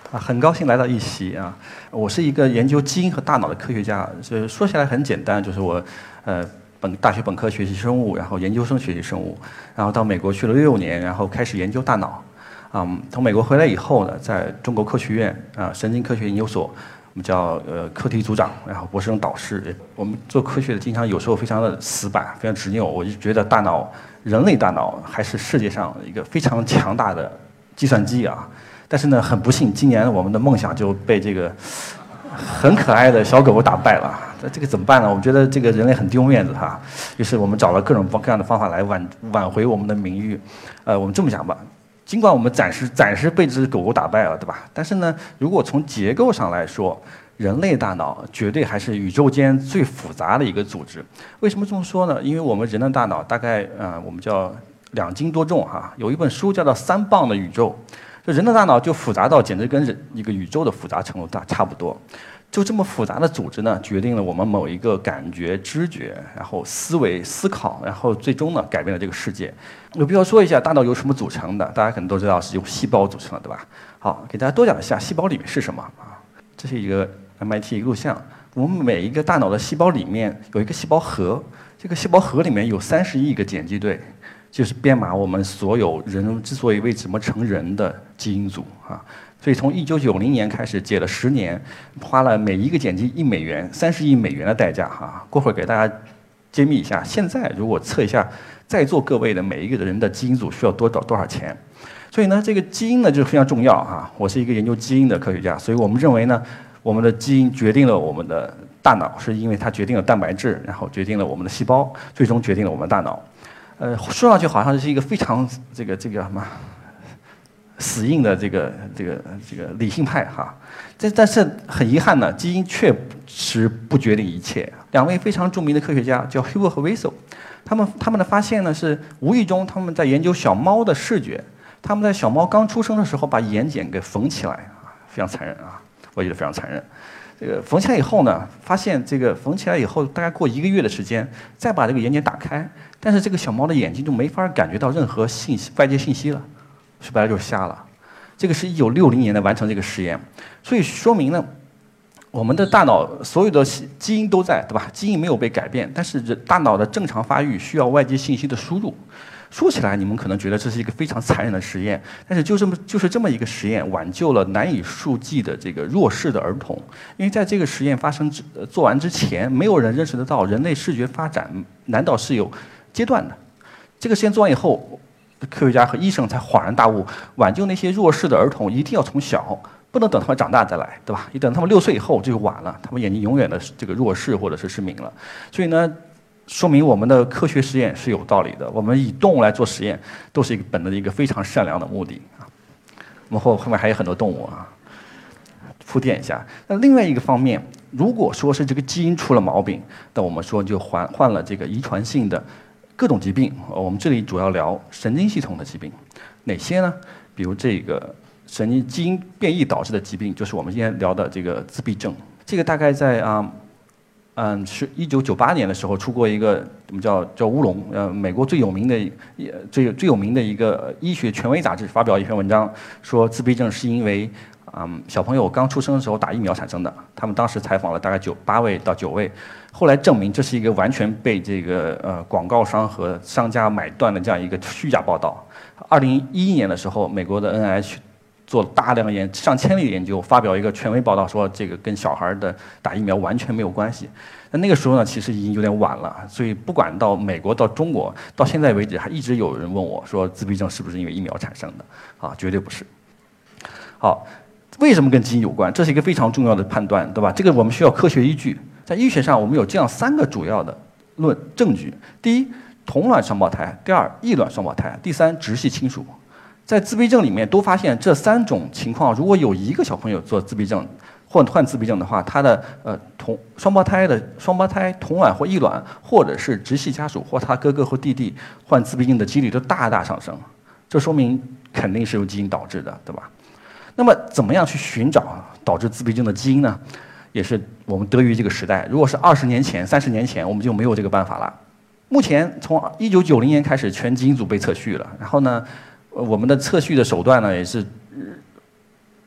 很高兴来到一席啊！我是一个研究基因和大脑的科学家，说起来很简单，就是我大学本科学习生物，然后研究生学习生物，然后到美国去了6年，然后开始研究大脑。从美国回来以后呢，在中国科学院神经科学研究所，我们叫课题组长，然后博士生导师。我们做科学的经常有时候非常的死板，非常执拗。我就觉得人类大脑还是世界上一个非常强大的计算机啊。但是呢，很不幸，今年我们的梦想就被这个很可爱的小狗狗打败了。这个怎么办呢？我们觉得这个人类很丢面子哈。于是我们找了各种各样的方法来挽回我们的名誉。我们这么讲吧，尽管我们暂时被这只狗狗打败了，对吧？但是呢，如果从结构上来说，人类大脑绝对还是宇宙间最复杂的一个组织。为什么这么说呢？因为我们人的大脑大概我们叫2斤多重哈。有一本书叫做《3磅的宇宙》。就人的大脑就复杂到简直跟一个宇宙的复杂程度差不多，就这么复杂的组织呢，决定了我们某一个感觉、知觉，然后思维、思考，然后最终呢改变了这个世界。有必要说一下大脑由什么组成的？大家可能都知道是由细胞组成的，对吧？好，给大家多讲一下细胞里面是什么啊？这是一个 MIT 一个录像，我们每一个大脑的细胞里面有一个细胞核，这个细胞核里面有30亿个碱基对。就是编码我们所有人之所以为什么成人的基因组啊，所以从1990年开始解了10年，花了每一个碱基1美元，30亿美元的代价哈。过会儿给大家揭秘一下，现在如果测一下在座各位的每一个人的基因组需要多少钱。所以呢，这个基因呢就非常重要哈。我是一个研究基因的科学家，所以我们认为呢，我们的基因决定了我们的大脑，是因为它决定了蛋白质，然后决定了我们的细胞，最终决定了我们的大脑。说上去好像是一个非常这个什么死硬的这个理性派哈，但是很遗憾呢，基因确实不决定一切。2位非常著名的科学家叫 Huber 和 Wiesel， 他们的发现呢是无意中他们在研究小猫的视觉，他们在小猫刚出生的时候把眼睑给缝起来啊，非常残忍啊，我觉得非常残忍。这个缝起来以后呢，发现这个缝起来以后，大概过1个月的时间，再把这个眼睑打开，但是这个小猫的眼睛就没法感觉到任何信息，外界信息了，说白了就是瞎了。这个是1960年的完成这个实验，所以说明呢，我们的大脑所有的基因都在，对吧？基因没有被改变，但是大脑的正常发育需要外界信息的输入。说起来，你们可能觉得这是一个非常残忍的实验，但是就是这么一个实验，挽救了难以数计的这个弱势的儿童。因为在这个实验做完之前，没有人认识得到人类视觉发展难道是有阶段的。这个实验做完以后，科学家和医生才恍然大悟，挽救那些弱势的儿童一定要从小，不能等他们长大再来，对吧？一等他们6岁以后就晚了，他们眼睛永远的这个弱视或者是失明了。所以呢，说明我们的科学实验是有道理的。我们以动物来做实验，都是本着一个非常善良的目的啊。我们后面还有很多动物啊，铺垫一下。那另外一个方面，如果说是这个基因出了毛病，那我们说就患了这个遗传性的各种疾病。我们这里主要聊神经系统的疾病，哪些呢？比如这个神经基因变异导致的疾病，就是我们今天聊的这个自闭症。这个大概在是1998年的时候出过一个我们叫乌龙，美国最有名的一个医学权威杂志发表一篇文章，说自闭症是因为小朋友刚出生的时候打疫苗产生的。他们当时采访了大概8位到9位，后来证明这是一个完全被这个广告商和商家买断的这样一个虚假报道。2011年的时候，美国的 NIH 做大量上千例的研究，发表一个权威报道，说这个跟小孩的打疫苗完全没有关系。那个时候呢，其实已经有点晚了。所以不管到美国到中国，到现在为止，还一直有人问我说，自闭症是不是因为疫苗产生的？啊，绝对不是。好，为什么跟基因有关？这是一个非常重要的判断，对吧？这个我们需要科学依据。在医学上，我们有这样3个主要的证据：第一，同卵双胞胎；第二，异卵双胞胎；第三，直系亲属。在自闭症里面都发现这3种情况，如果有一个小朋友做自闭症或患自闭症的话，他的双胞胎、同卵或异卵，或者是直系家属或他哥哥或弟弟患自闭症的几率都大大上升。这说明肯定是由基因导致的，对吧？那么怎么样去寻找导致自闭症的基因呢？也是我们得益于这个时代。如果是20年前、30年前，我们就没有这个办法了。目前从1990年开始，全基因组被测序了，然后呢，我们的测序的手段呢也是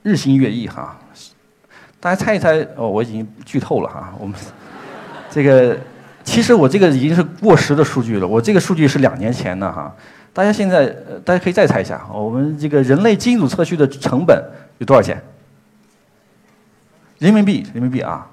日新月异哈。大家猜一猜哦，我已经剧透了哈。我们这个其实我这个已经是过时的数据了，我这个数据是2年前的哈。大家现在大家可以再猜一下，我们这个人类基因组测序的成本有多少钱？人民币啊。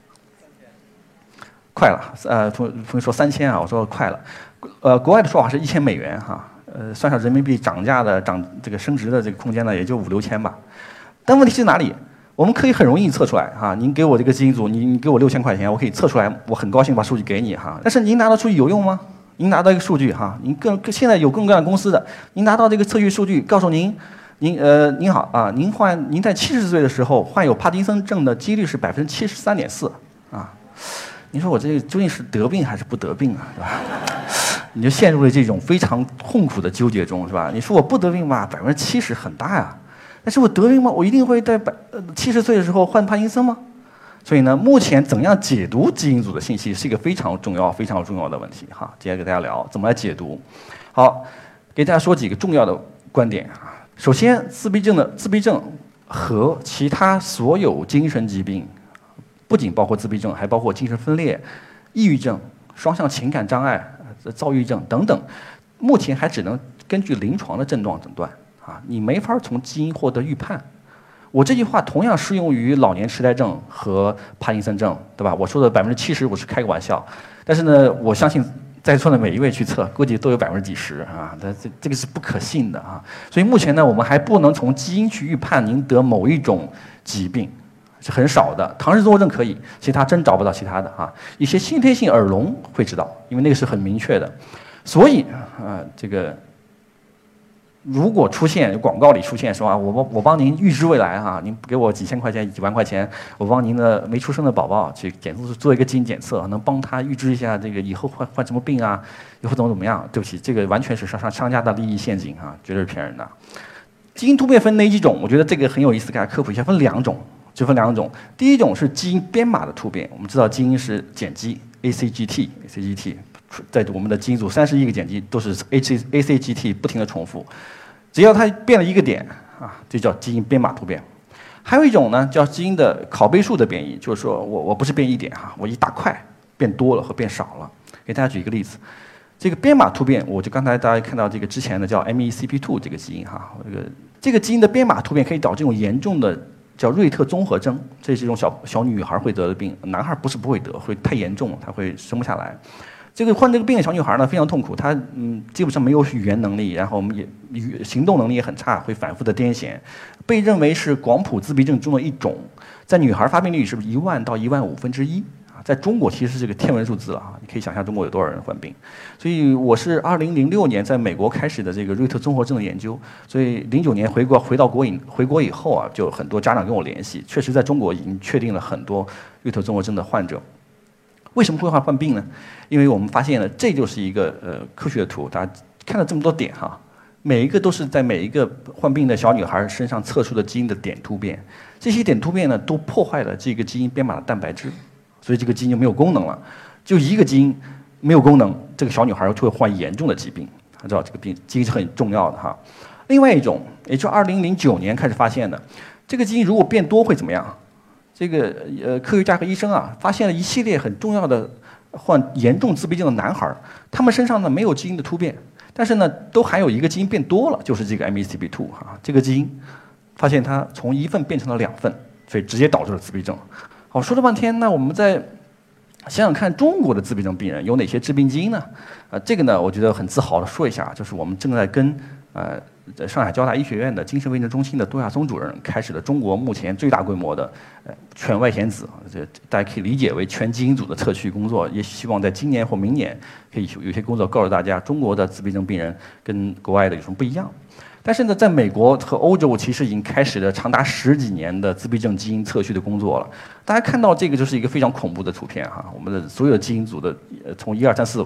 快了，同学说3000啊，我说快了，国外的说法是$1000哈，算上人民币涨价的这个升值的这个空间呢，也就5、6千吧。但问题是哪里？我们可以很容易测出来哈，您给我这个基因组，您给我6000块钱，我可以测出来，我很高兴把数据给你哈。但是您拿到数据有用吗？您拿到一个数据哈，您现在有各种各样的公司的，您拿到这个测序数据，告诉您好啊，您在70岁的时候患有帕金森症的几率是73.4%啊。你说我这究竟是得病还是不得病啊，是吧？你就陷入了这种非常痛苦的纠结中，是吧？你说我不得病吧，70%很大呀，但是我得病吗？我一定会在70岁的时候患帕金森吗？所以呢，目前怎样解读基因组的信息是一个非常重要的问题哈。接下来给大家聊怎么来解读。好，给大家说几个重要的观点啊。首先，自闭症和其他所有精神疾病。不仅包括自闭症，还包括精神分裂、抑郁症、双向情感障碍、躁郁症等等，目前还只能根据临床的症状诊断啊，你没法从基因获得预判。我这句话同样适用于老年痴呆症和帕金森症，对吧？我说的70%我是开个玩笑，但是呢，我相信在座的每一位去测，估计都有几十啊，这个是不可信的啊。所以目前呢，我们还不能从基因去预判您得某一种疾病。是很少的，唐氏综合症可以，其他真找不到其他的啊。一些先天性耳聋会知道，因为那个是很明确的。所以这个如果出现广告里出现说啊，我帮您预知未来哈，您给我几千块钱、几万块钱，我帮您的没出生的宝宝去做一个基因检测，能帮他预知一下这个以后患什么病啊，以后怎么样？对不起，这个完全是商家的利益陷阱啊，绝对是骗人的。基因突变分哪几种？我觉得这个很有意思，给大家科普一下，分2种。就分2种，第一种是基因编码的突变，我们知道基因是碱基 ACGT， 在我们的基因组30亿个碱基都是 ACGT 不停的重复，只要它变了一个点啊，就叫基因编码突变。还有一种呢叫基因的拷贝数的变异，就是说我不是变1点哈，我一大块变多了和变少了。给大家举一个例子，这个编码突变，我就刚才大家看到这个之前的叫 MECP2 这个基因哈，这个基因的编码突变可以导致这种严重的。叫瑞特综合征，这是一种小女孩会得的病，男孩不会得，会太严重，他会生不下来。这个患这个病的小女孩呢非常痛苦，她基本上没有语言能力，然后也行动能力也很差，会反复的癫痫，被认为是广谱自闭症中的一种，在女孩发病率是1万到1.5%啊，在中国其实是个天文数字了啊，你可以想象中国有多少人患病。所以我是2006年在美国开始的这个瑞特综合症的研究，所以09年回国以后啊，就很多家长跟我联系，确实在中国已经确定了很多瑞特综合症的患者。为什么会患病呢？因为我们发现了，这就是一个科学的图，大家看了这么多点哈，每一个都是在每一个患病的小女孩身上测出的基因的点突变，这些点突变呢都破坏了这个基因编码的蛋白质，所以这个基因就没有功能了。就一个基因没有功能，这个小女孩就会患严重的疾病，知道这个病基因是很重要的哈。另外一种，也就2009年开始发现的，这个基因如果变多会怎么样？这个科学家和医生啊，发现了一系列很重要的患严重自闭症的男孩，他们身上呢没有基因的突变，但是呢都含有一个基因变多了，就是这个 MECP2 啊，这个基因发现它从1份变成了2份，所以直接导致了自闭症。好，说了半天，那我们再想想看，中国的自闭症病人有哪些致病基因呢？这个呢，我觉得很自豪的说一下，就是我们正在跟在上海交大医学院的精神卫生中心的窦亚松主任开始了中国目前最大规模的全外显子，这大家可以理解为全基因组的测序工作，也希望在今年或明年可以有些工作告诉大家，中国的自闭症病人跟国外的有什么不一样。但是呢，在美国和欧洲，其实已经开始了长达10几年的自闭症基因测序的工作了。大家看到这个就是一个非常恐怖的图片哈，我们的所有的基因组的从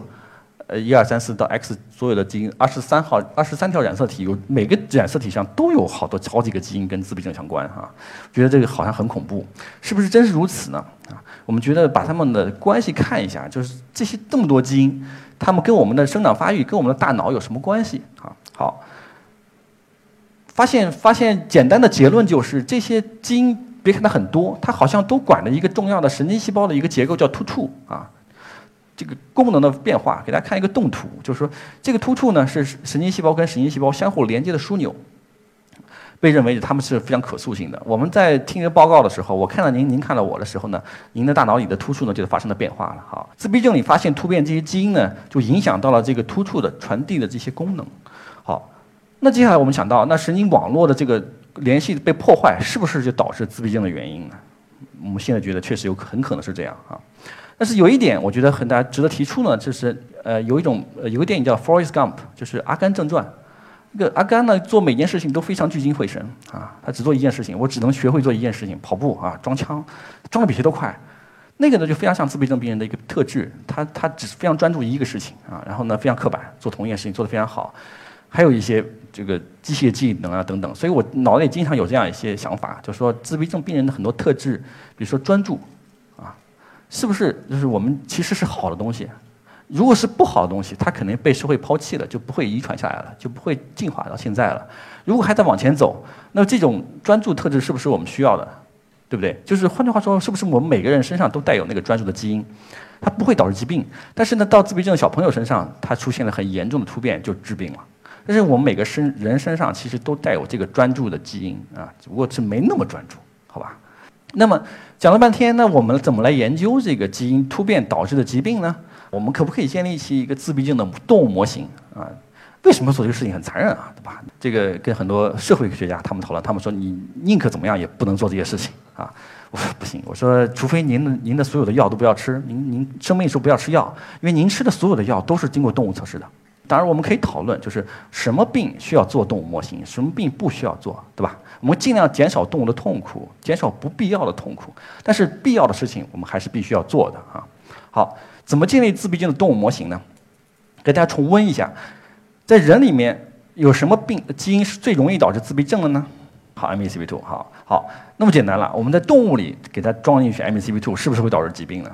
1234到 X 所有的基因23条染色体，每个染色体上都有好几个基因跟自闭症相关哈，觉得这个好像很恐怖，是不是真是如此呢？我们觉得把它们的关系看一下，就是这么多基因，它们跟我们的生长发育、跟我们的大脑有什么关系啊？好。 发现简单的结论就是这些基因别看它很多，它好像都管着一个重要的神经细胞的一个结构叫突触啊。这个功能的变化，给大家看一个动图，就是说这个突触呢是神经细胞跟神经细胞相互连接的枢纽，被认为它们是非常可塑性的。我们在听一个报告的时候，我看到您，您看到我的时候呢，您的大脑里的突触呢就发生了变化了。好，自闭症里发现突变这些基因呢，就影响到了这个突触的传递的这些功能。好，那接下来我们想到，那神经网络的这个联系被破坏，是不是就导致自闭症的原因呢？我们现在觉得确实很可能是这样啊。但是有一点，我觉得大家值得提出呢，就是有个电影叫《Forrest Gump》，就是《阿甘正传》。这个阿甘呢，做每件事情都非常聚精会神啊，他只做一件事情，我只能学会做一件事情，跑步啊，装枪，装的比谁都快。那个呢，就非常像自闭症病人的一个特质，他只非常专注于一个事情啊，然后呢非常刻板，做同一件事情做得非常好。还有一些这个机械技能啊等等，所以我脑袋里经常有这样一些想法，就是说自闭症病人的很多特质，比如说专注啊，是不是就是我们其实是好的东西？如果是不好的东西，它可能被社会抛弃了，就不会遗传下来了，就不会进化到现在了。如果还在往前走，那这种专注特质是不是我们需要的？对不对？就是换句话说，是不是我们每个人身上都带有那个专注的基因？它不会导致疾病，但是呢，到自闭症小朋友身上，它出现了很严重的突变，就致病了。但是我们每个人身上其实都带有这个专注的基因啊，只不过是没那么专注，好吧？那么讲了半天，那我们怎么来研究这个基因突变导致的疾病呢？我们可不可以建立起一个自闭症的动物模型啊？为什么做这个事情很残忍啊？对吧？这个跟很多社会学家他们讨论，他们说你宁可怎么样也不能做这些事情啊。我说不行，我说除非您的所有的药都不要吃，您生病的时候不要吃药，因为您吃的所有的药都是经过动物测试的。当然我们可以讨论，就是什么病需要做动物模型，什么病不需要做，对吧？我们尽量减少动物的痛苦，减少不必要的痛苦，但是必要的事情我们还是必须要做的啊。好。怎么建立自闭症的动物模型呢？给大家重温一下，在人里面有什么基因是最容易导致自闭症的呢？好 ，MECP2，好，那么简单了。我们在动物里给它装进去 MECP2，是不是会导致疾病呢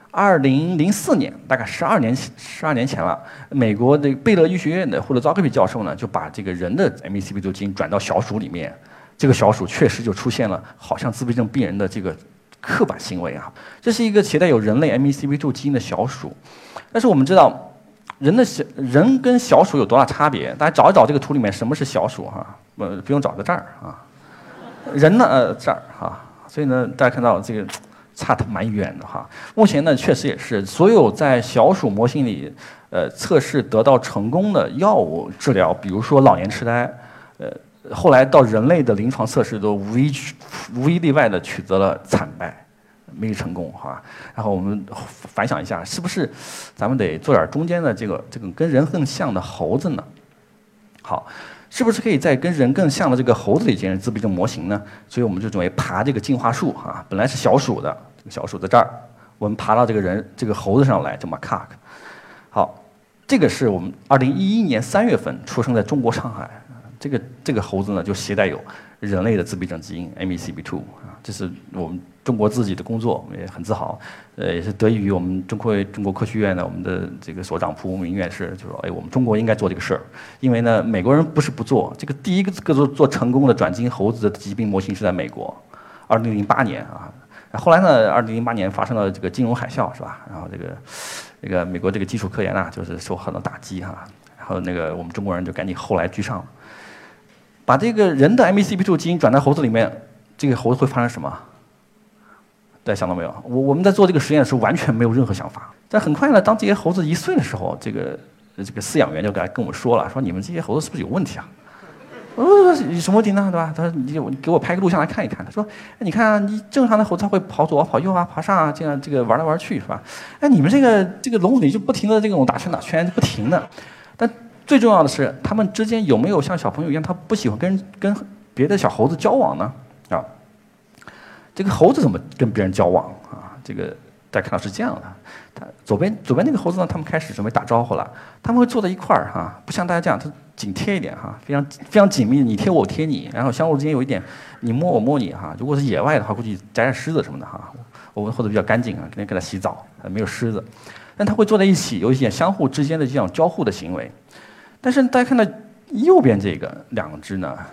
？2004年，大概12年前了，美国的贝勒医学院的霍勒扎科比教授呢，就把这个人的 MECP2 基因转到小鼠里面，这个小鼠确实就出现了好像自闭症病人的这个刻板行为啊，这是一个携带有人类 MECP2 基因的小鼠，但是我们知道，人跟小鼠有多大差别？大家找一找这个图里面什么是小鼠哈，不用找在这儿啊，人呢这儿哈，所以呢大家看到这个差得蛮远的哈。目前呢确实也是，所有在小鼠模型里测试得到成功的药物治疗，比如说老年痴呆，后来到人类的临床测试都无一例外的取得了惨败，没成功哈。然后我们反想一下，是不是咱们得做点中间的这个跟人更像的猴子呢？好，是不是可以在跟人更像的这个猴子里建立自闭症模型呢？所以我们就准备爬这个进化树哈，本来是小鼠的，这个小鼠在这儿，我们爬到这个猴子上来，叫 macaque。好，这个是我们2011年3月份出生在中国上海。这个猴子呢，就携带有人类的自闭症基因 MECP2 啊，这是我们中国自己的工作，也很自豪，也是得益于我们中国科学院的我们的这个所长蒲公明院士就说，我们中国应该做这个事儿，因为呢，美国人不是不做，这个第一个做成功的转基因猴子的疾病模型是在美国，2008年啊，后来呢，2008年发生了这个金融海啸是吧？然后这个美国这个基础科研啊，就是受很多打击哈，然后我们中国人就赶紧后来居上了。把这个人的 MECP2 基因转到猴子里面，这个猴子会发生什么？大家想到没有？我们在做这个实验的时候完全没有任何想法。但很快呢，当这些猴子1岁的时候，这个饲养员就跟我们说了，说你们这些猴子是不是有问题啊？我说有什么问题呢？对吧？他说你给我拍个录像来看一看。他说，你看啊，你正常的猴子它会跑左跑右啊，爬上啊，这样玩来玩去是吧？你们这个笼子里就不停的这种打圈不停的，但最重要的是，他们之间有没有像小朋友一样，他不喜欢跟别的小猴子交往呢？啊，这个猴子怎么跟别人交往啊？这个大家看到是这样的，他左边那个猴子呢，他们开始准备打招呼了，他们会坐在一块儿哈，不像大家这样，他紧贴一点哈，非常紧密，你贴我贴你，然后相互之间有一点你摸我摸你哈。如果是野外的话，估计沾点虱子什么的哈。我们或者比较干净啊，肯定给他洗澡，没有虱子，但他会坐在一起，有一些相互之间的这种交互的行为。但是大家看到右边这个2只呢，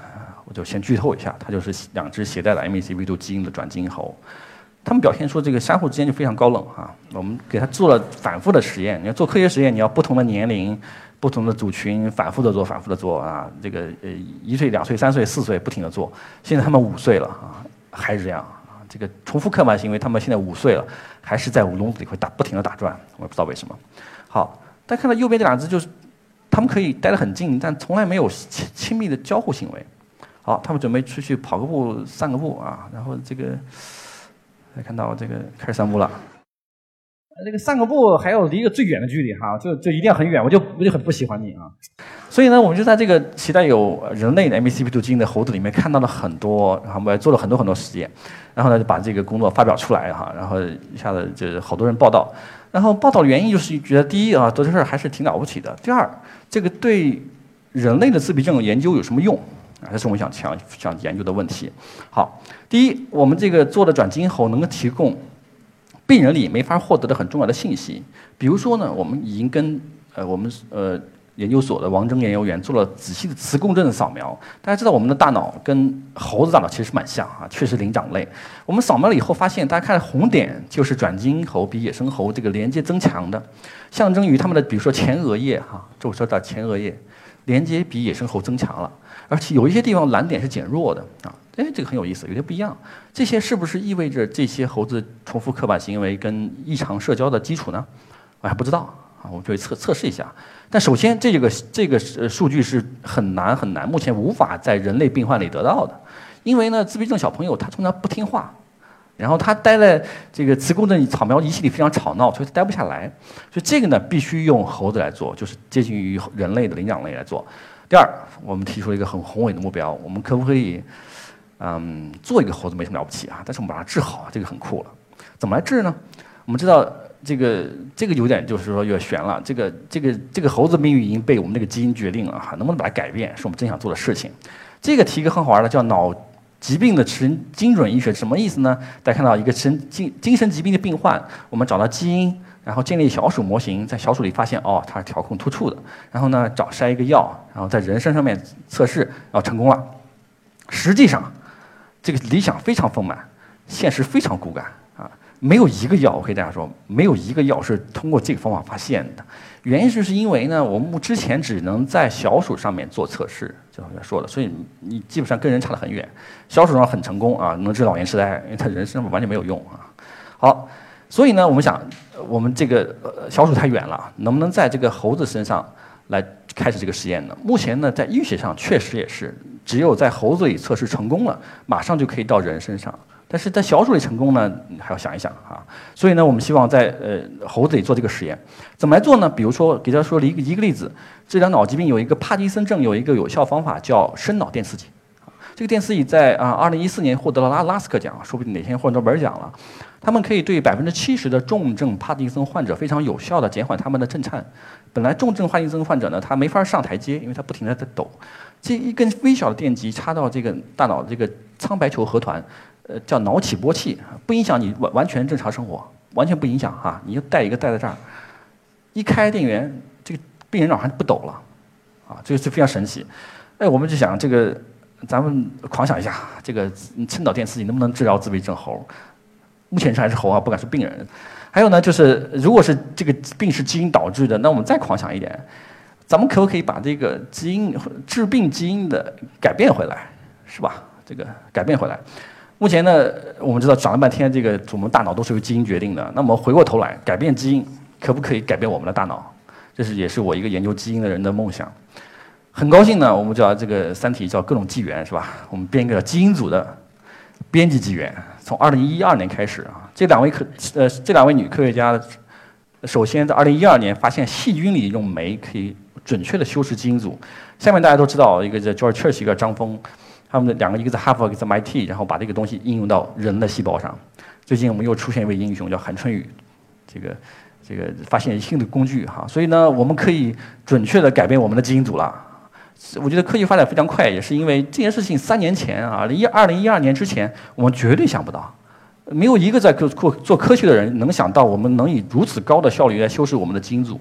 我就先剧透一下，它就是2只携带了 MECP2 基因的转基因猴。他们表现出这个相互之间就非常高冷啊。我们给它做了反复的实验，你要做科学实验，你要不同的年龄、不同的组群反复的做啊。这个1岁、2岁、3岁、4岁不停的做。现在他们5岁了啊，还是这样啊。这个重复刻板行为，他们现在5岁了，还是在笼子里会不停的打转，我也不知道为什么。好，大家看到右边这2只就是，他们可以待得很近，但从来没有亲密的交互行为。好，他们准备出去跑个步、散个步啊，然后这个。大家看到这个开始散步了，这个散个步还要离一个最远的距离哈，就一定要很远，我就很不喜欢你啊。所以呢，我们就在这个携带有人类的 MECP2 基因的猴子里面看到了很多，然后我们做了很多实验，然后呢就把这个工作发表出来哈，然后一下子就是好多人报道，然后报道的原因就是觉得第一啊，做这事儿还是挺了不起的，第二，这个对人类的自闭症研究有什么用？这是我们想研究的问题。好，第一，我们这个做的转基因猴能够提供病人里没法获得的很重要的信息。比如说呢，我们已经跟我们研究所的王峥研究员做了仔细的磁共振的扫描。大家知道我们的大脑跟猴子大脑其实蛮像啊，确实灵长类。我们扫描了以后发现，大家看红点就是转基因猴比野生猴这个连接增强的，象征于他们的比如说前额叶哈，这我说到前额叶连接比野生猴增强了。而且有一些地方蓝点是减弱的啊，这个很有意思，有些不一样。这些是不是意味着这些猴子重复刻板行为跟异常社交的基础呢？我还不知道啊，我们就会测试一下。但首先，这个数据是很难，目前无法在人类病患里得到的，因为呢，自闭症小朋友他通常不听话，然后他待在这个磁共振扫描仪器里非常吵闹，所以他待不下来。所以这个呢，必须用猴子来做，就是接近于人类的灵长类来做。第二，我们提出了一个很宏伟的目标，我们可不可以，做一个猴子没什么了不起啊，但是我们把它治好，这个很酷了。怎么来治呢？我们知道这个有点就是说有点悬了，这个猴子命运已经被我们这个基因决定了哈，能不能把它改变，是我们真想做的事情。这个题一个很好玩的，叫脑疾病的精准医学，什么意思呢？大家看到一个精神疾病的病患，我们找到基因。然后建立小鼠模型，在小鼠里发现哦，它是调控突触的。然后呢，筛一个药，然后在人身上面测试，然后成功了。实际上，这个理想非常丰满，现实非常骨感啊！没有一个药，我可以大家说，没有一个药是通过这个方法发现的。原因就是因为呢，我们之前只能在小鼠上面做测试，就像说的，所以你基本上跟人差得很远。小鼠上很成功啊，能治老年痴呆，因为它人身上完全没有用啊。好。所以呢，我们想，我们这个小鼠太远了，能不能在这个猴子身上来开始这个实验呢？目前呢，在医学上确实也是，只有在猴子里测试成功了，马上就可以到人身上。但是在小鼠里成功呢，还要想一想啊。所以呢，我们希望在猴子里做这个实验，怎么来做呢？比如说，给大家说了一个例子，治疗脑疾病有一个帕金森症有一个有效方法叫深脑电刺激。这个电刺激在2014年获得了拉斯克奖，说不定哪天获诺贝尔奖了。他们可以对70%的重症帕金森患者非常有效地减缓他们的震颤。本来重症帕金森患者呢，他没法上台阶，因为他不停地在抖。这一根微小的电极插到这个大脑这个苍白球核团，叫脑起波器，不影响你完全正常生活，完全不影响哈。你就带一个带在这儿，一开电源，这个病人脑上不抖了，啊，这个是非常神奇。我们就想这个。咱们狂想一下，这个深脑电刺激能不能治疗自闭症猴？目前还是猴啊，不敢说病人。还有呢，就是如果是这个病是基因导致的，那我们再狂想一点，咱们可不可以把这个基因致病基因的改变回来，是吧？这个改变回来。目前呢，我们知道讲了半天，这个我们大脑都是由基因决定的。那么回过头来，改变基因可不可以改变我们的大脑？这也是我一个研究基因的人的梦想。很高兴呢，我们叫这个三体叫各种纪元是吧？我们编一个基因组的编辑纪元，从2012年开始啊，这两位女科学家，首先在2012年发现细菌里用酶可以准确的修饰基因组。下面大家都知道，一个叫 George Church， 一个张峰，他们两个一个在哈佛，一个在 MIT， 然后把这个东西应用到人的细胞上。最近我们又出现一位英雄叫韩春雨，这个发现新的工具哈，所以呢，我们可以准确的改变我们的基因组了。我觉得科技发展非常快，也是因为这件事情3年前啊，2012年之前，我们绝对想不到，没有一个在做科学的人能想到我们能以如此高的效率来修饰我们的基因组。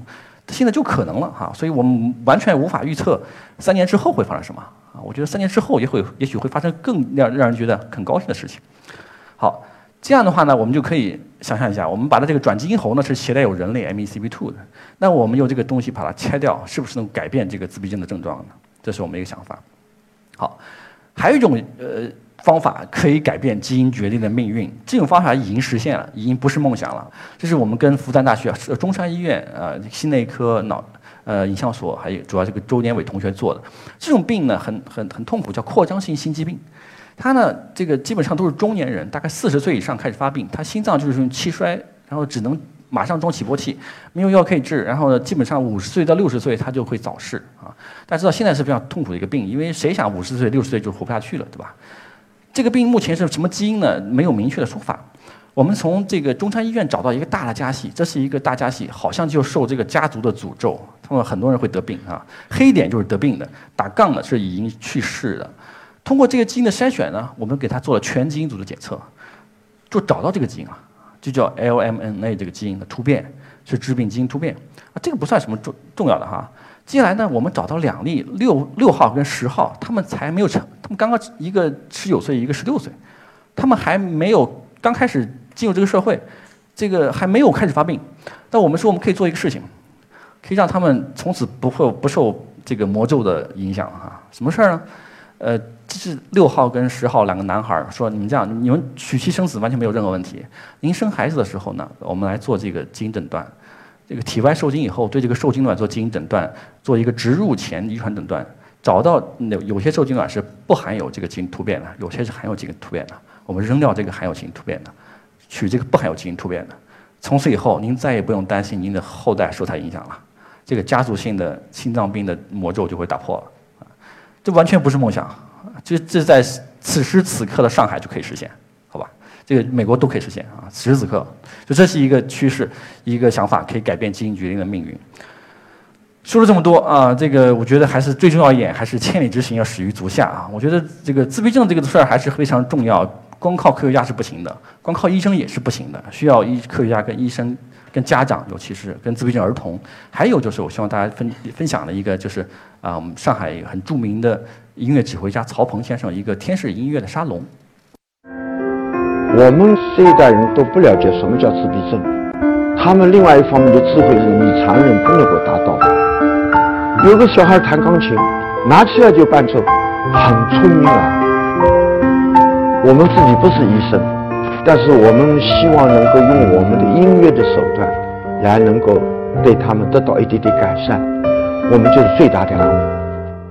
现在就可能了哈，所以我们完全无法预测3年之后会发生什么啊。我觉得3年之后也许会发生更让人觉得很高兴的事情。好，这样的话呢，我们就可以想象一下，我们把它这个转基因猴呢是携带有人类 MECP2 的，那我们用这个东西把它切掉，是不是能改变这个自闭症的症状呢？这是我们一个想法。好，还有一种方法可以改变基因决定的命运，这种方法已经实现了，已经不是梦想了。这是我们跟复旦大学、中山医院心内科影像所，还有主要这个周年伟同学做的。这种病呢很痛苦，叫扩张性心肌病。它呢这个基本上都是中年人，大概40岁以上开始发病，他心脏就是气衰，然后只能马上装起搏器，没有药可以治，然后呢基本上50岁到60岁他就会早逝啊。大家知道现在是非常痛苦的一个病，因为谁想50岁、60岁就活不下去了，对吧？这个病目前是什么基因呢？没有明确的说法。我们从这个中山医院找到一个大的家系，这是一个大家系，好像就受这个家族的诅咒，他们很多人会得病啊。黑点就是得病的，打杠的是已经去世的。通过这个基因的筛选呢，我们给他做了全基因组的检测，就找到这个基因了，就叫 LMNA 这个基因的突变，是致病基因突变啊。这个不算什么重要的哈。接下来呢，我们找到2例6号跟10号，他们才没有成，他们刚刚一个19岁，一个16岁，他们还没有刚开始进入这个社会，这个还没有开始发病。但我们说我们可以做一个事情，可以让他们从此不受这个魔咒的影响哈。什么事儿呢？这是6号跟10号2个男孩说，你们这样，你们娶妻生子完全没有任何问题。您生孩子的时候呢，我们来做这个基因诊断。这个体外受精以后，对这个受精卵做基因诊断，做一个植入前遗传诊断，找到有些受精卵是不含有这个基因突变的，有些是含有基因突变的，我们扔掉这个含有基因突变的，取这个不含有基因突变的。从此以后，您再也不用担心您的后代受它影响了，这个家族性的心脏病的魔咒就会打破了。这完全不是梦想，这在此时此刻的上海就可以实现，好吧？这个美国都可以实现啊！此时此刻，就这是一个趋势，一个想法，可以改变基因决定的命运。说了这么多啊，这个我觉得还是最重要一点，还是千里之行要始于足下啊！我觉得这个自闭症这个事儿还是非常重要，光靠科学家是不行的，光靠医生也是不行的，需要科学家跟医生、跟家长，尤其是跟自闭症儿童，还有就是我希望大家分享的一个就是我们上海很著名的音乐指挥家曹鹏先生一个天使音乐的沙龙。 我们这一代人都不了解什么叫自闭症，他们另外一方面的智慧是你常人不能够达到的。有个小孩弹钢琴，拿起来就伴奏，很聪明啊。我们自己不是医生，但是我们希望能够用我们的音乐的手段，来能够对他们得到一点点改善，我们就是最大的安慰。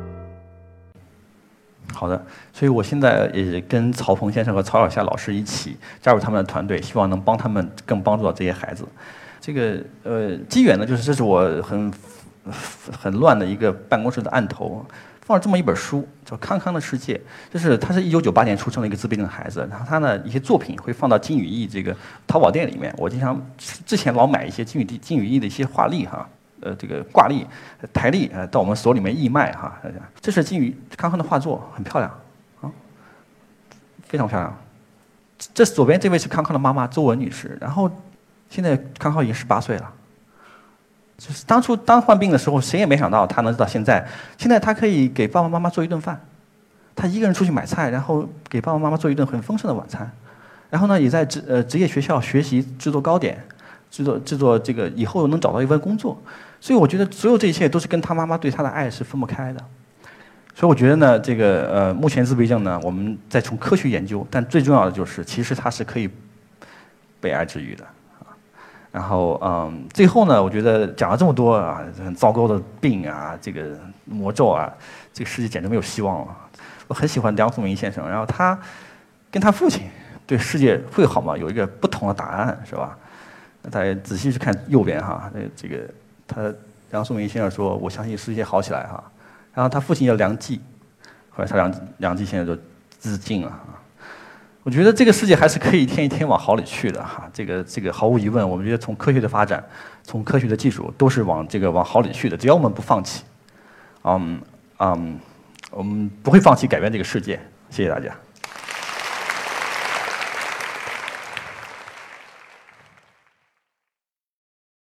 好的，所以我现在也跟曹鹏先生和曹晓夏老师一起加入他们的团队，希望能帮他们更帮助到这些孩子。这个机缘呢，就是这是我很乱的一个办公室的案头，放了这么一本书，叫《康康的世界》。他是1998年出生的一个自闭症孩子，然后他呢一些作品会放到金羽翼这个淘宝店里面。我之前老买一些金羽翼的一些画例哈。这个挂历、台历到我们所里面义卖哈。这是康康的画作，很漂亮啊，非常漂亮。这左边这位是康康的妈妈周文女士，然后现在康康已经18岁了。就是当患病的时候，谁也没想到他能到现在。现在他可以给爸爸妈妈做一顿饭，他一个人出去买菜，然后给爸爸妈妈做一顿很丰盛的晚餐。然后呢，也在职业学校学习制作糕点，制作这个以后能找到一份工作。所以我觉得所有这一切都是跟他妈妈对他的爱是分不开的。所以我觉得呢，这个目前自闭症呢，我们在从科学研究，但最重要的就是，其实它是可以被爱治愈的啊。然后最后呢，我觉得讲了这么多啊，很糟糕的病啊，这个魔咒啊，这个世界简直没有希望了。我很喜欢梁漱溟先生，然后他跟他父亲对世界会好吗？有一个不同的答案，是吧？大家仔细去看右边哈，这个。梁漱溟先生说：“我相信世界好起来哈。”然后他父亲叫梁冀，后来梁冀先生就自尽了啊。我觉得这个世界还是可以一天一天往好里去的哈。这个毫无疑问，我们觉得从科学的发展，从科学的技术都是往好里去的。只要我们不放弃，我们不会放弃改变这个世界。谢谢大家。